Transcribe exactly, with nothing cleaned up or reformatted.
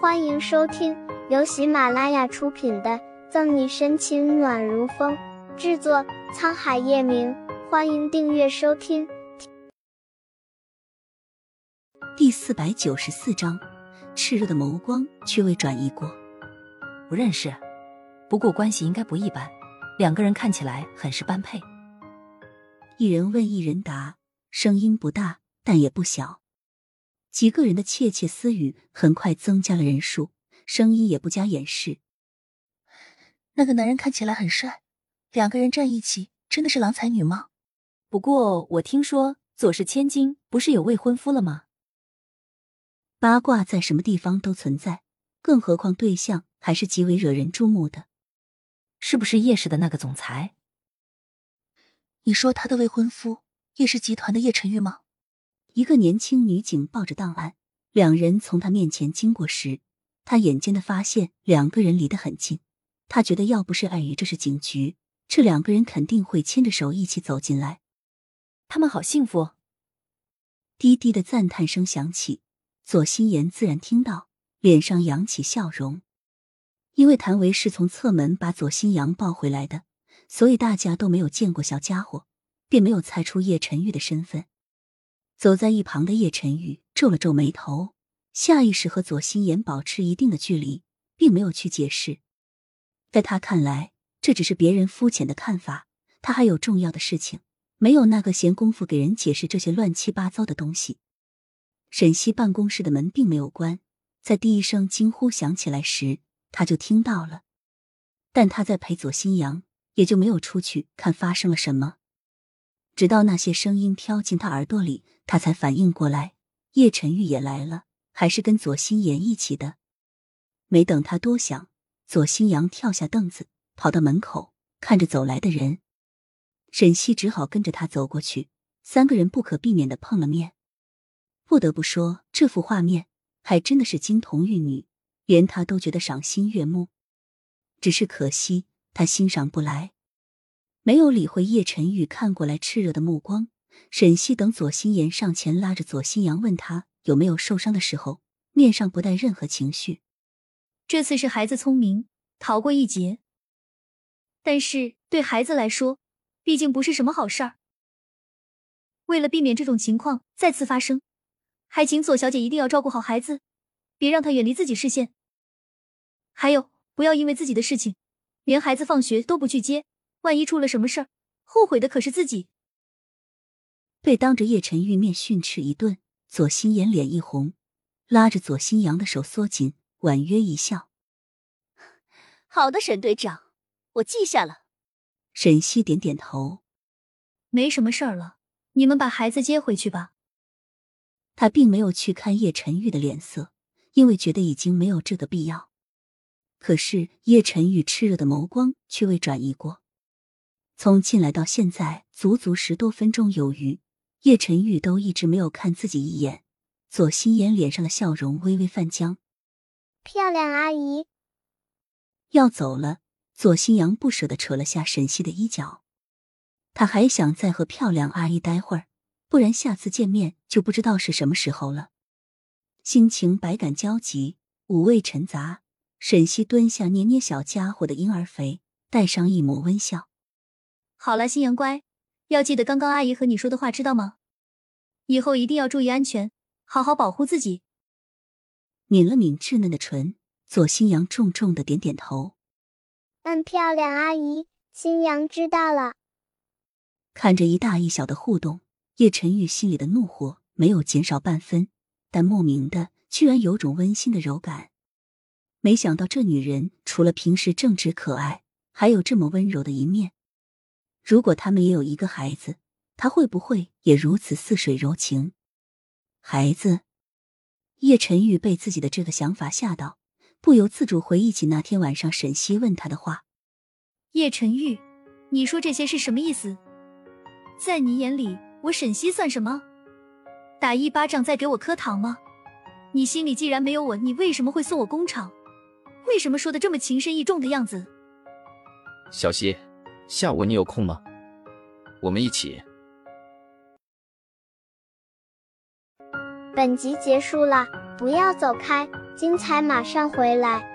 欢迎收听由喜马拉雅出品的《赠你深情暖如风》，制作沧海夜明。欢迎订阅收听。 第四百九十四章，炽热的眸光却未转移过。 不认识，不过关系应该不一般，两个人看起来很是般配。 一人问一人答，声音不大，但也不小。几个人的窃窃私语很快增加了人数，声音也不加掩饰。 那个男人看起来很帅，两个人站一起，真的是郎才女貌。 不过我听说左氏千金不是有未婚夫了吗？ 八卦在什么地方都存在，更何况对象还是极为惹人注目的。 是不是叶氏的那个总裁？ 你说他的未婚夫叶氏集团的叶晨玉吗？ 一个年轻女警抱着档案，两人从他面前经过时，他眼尖的发现两个人离得很近。他觉得要不是碍于这是警局，这两个人肯定会牵着手一起走进来。 他们好幸福。 低低的赞叹声响起，左心言自然听到，脸上扬起笑容。因为谭维是从侧门把左新阳抱回来的，所以大家都没有见过小家伙，便没有猜出叶晨玉的身份。走在一旁的叶晨玉皱了皱眉头，下意识和左心言保持一定的距离，并没有去解释。在他看来，这只是别人肤浅的看法，他还有重要的事情，没有那个闲工夫给人解释这些乱七八糟的东西。沈西办公室的门并没有关，在第一声惊呼响起来时，他就听到了，但他在陪左新阳，也就没有出去看发生了什么。直到那些声音飘进他耳朵里，他才反应过来，叶晨玉也来了，还是跟左心言一起的。没等他多想，左新阳跳下凳子，跑到门口，看着走来的人。沈西只好跟着他走过去，三个人不可避免地碰了面。不得不说，这幅画面还真的是金童玉女，连他都觉得赏心悦目。只是可惜，他欣赏不来。没有理会叶晨玉看过来炽热的目光，沈西等左心言上前拉着左新阳问他有没有受伤的时候，面上不带任何情绪。 这次是孩子聪明，逃过一劫。但是对孩子来说，毕竟不是什么好事儿。为了避免这种情况再次发生，还请左小姐一定要照顾好孩子，别让他远离自己视线。还有，不要因为自己的事情，连孩子放学都不去接，万一出了什么事儿，后悔的可是自己。 被当着叶晨玉面训斥一顿，左心言脸一红，拉着左新阳的手缩紧，婉约一笑。 好的，沈队长，我记下了。 沈西点点头。 没什么事儿了，你们把孩子接回去吧。 他并没有去看叶晨玉的脸色，因为觉得已经没有这个必要。可是叶晨玉炽热的眸光却未转移过。从进来到现在足足十多分钟有余，叶晨玉都一直没有看自己一眼。左心言脸上的笑容微微泛僵。 漂亮阿姨要走了，左新阳不舍地扯了下沈西的衣角。他还想再和漂亮阿姨待会儿，不然下次见面就不知道是什么时候了。心情百感交集，五味陈杂，沈西蹲下捏捏小家伙的婴儿肥，带上一抹温笑。 好了，新阳乖，要记得刚刚阿姨和你说的话，知道吗？以后一定要注意安全，好好保护自己。 抿了抿稚嫩的唇，左新阳重重的点点头。 嗯，漂亮阿姨，新阳知道了。 看着一大一小的互动，叶晨玉心里的怒火没有减少半分，但莫名的居然有种温馨的柔感。没想到这女人除了平时正直可爱，还有这么温柔的一面。如果他们也有一个孩子，他会不会也如此似水柔情？孩子？叶晨玉被自己的这个想法吓到，不由自主回忆起那天晚上沈西问他的话。 叶晨玉，你说这些是什么意思？在你眼里，我沈西算什么？打一巴掌再给我磕糖吗？你心里既然没有我，你为什么会送我工厂？为什么说的这么情深意重的样子？ 小西，下午你有空吗？我们一起。 本集结束了，不要走开， 精彩马上回来。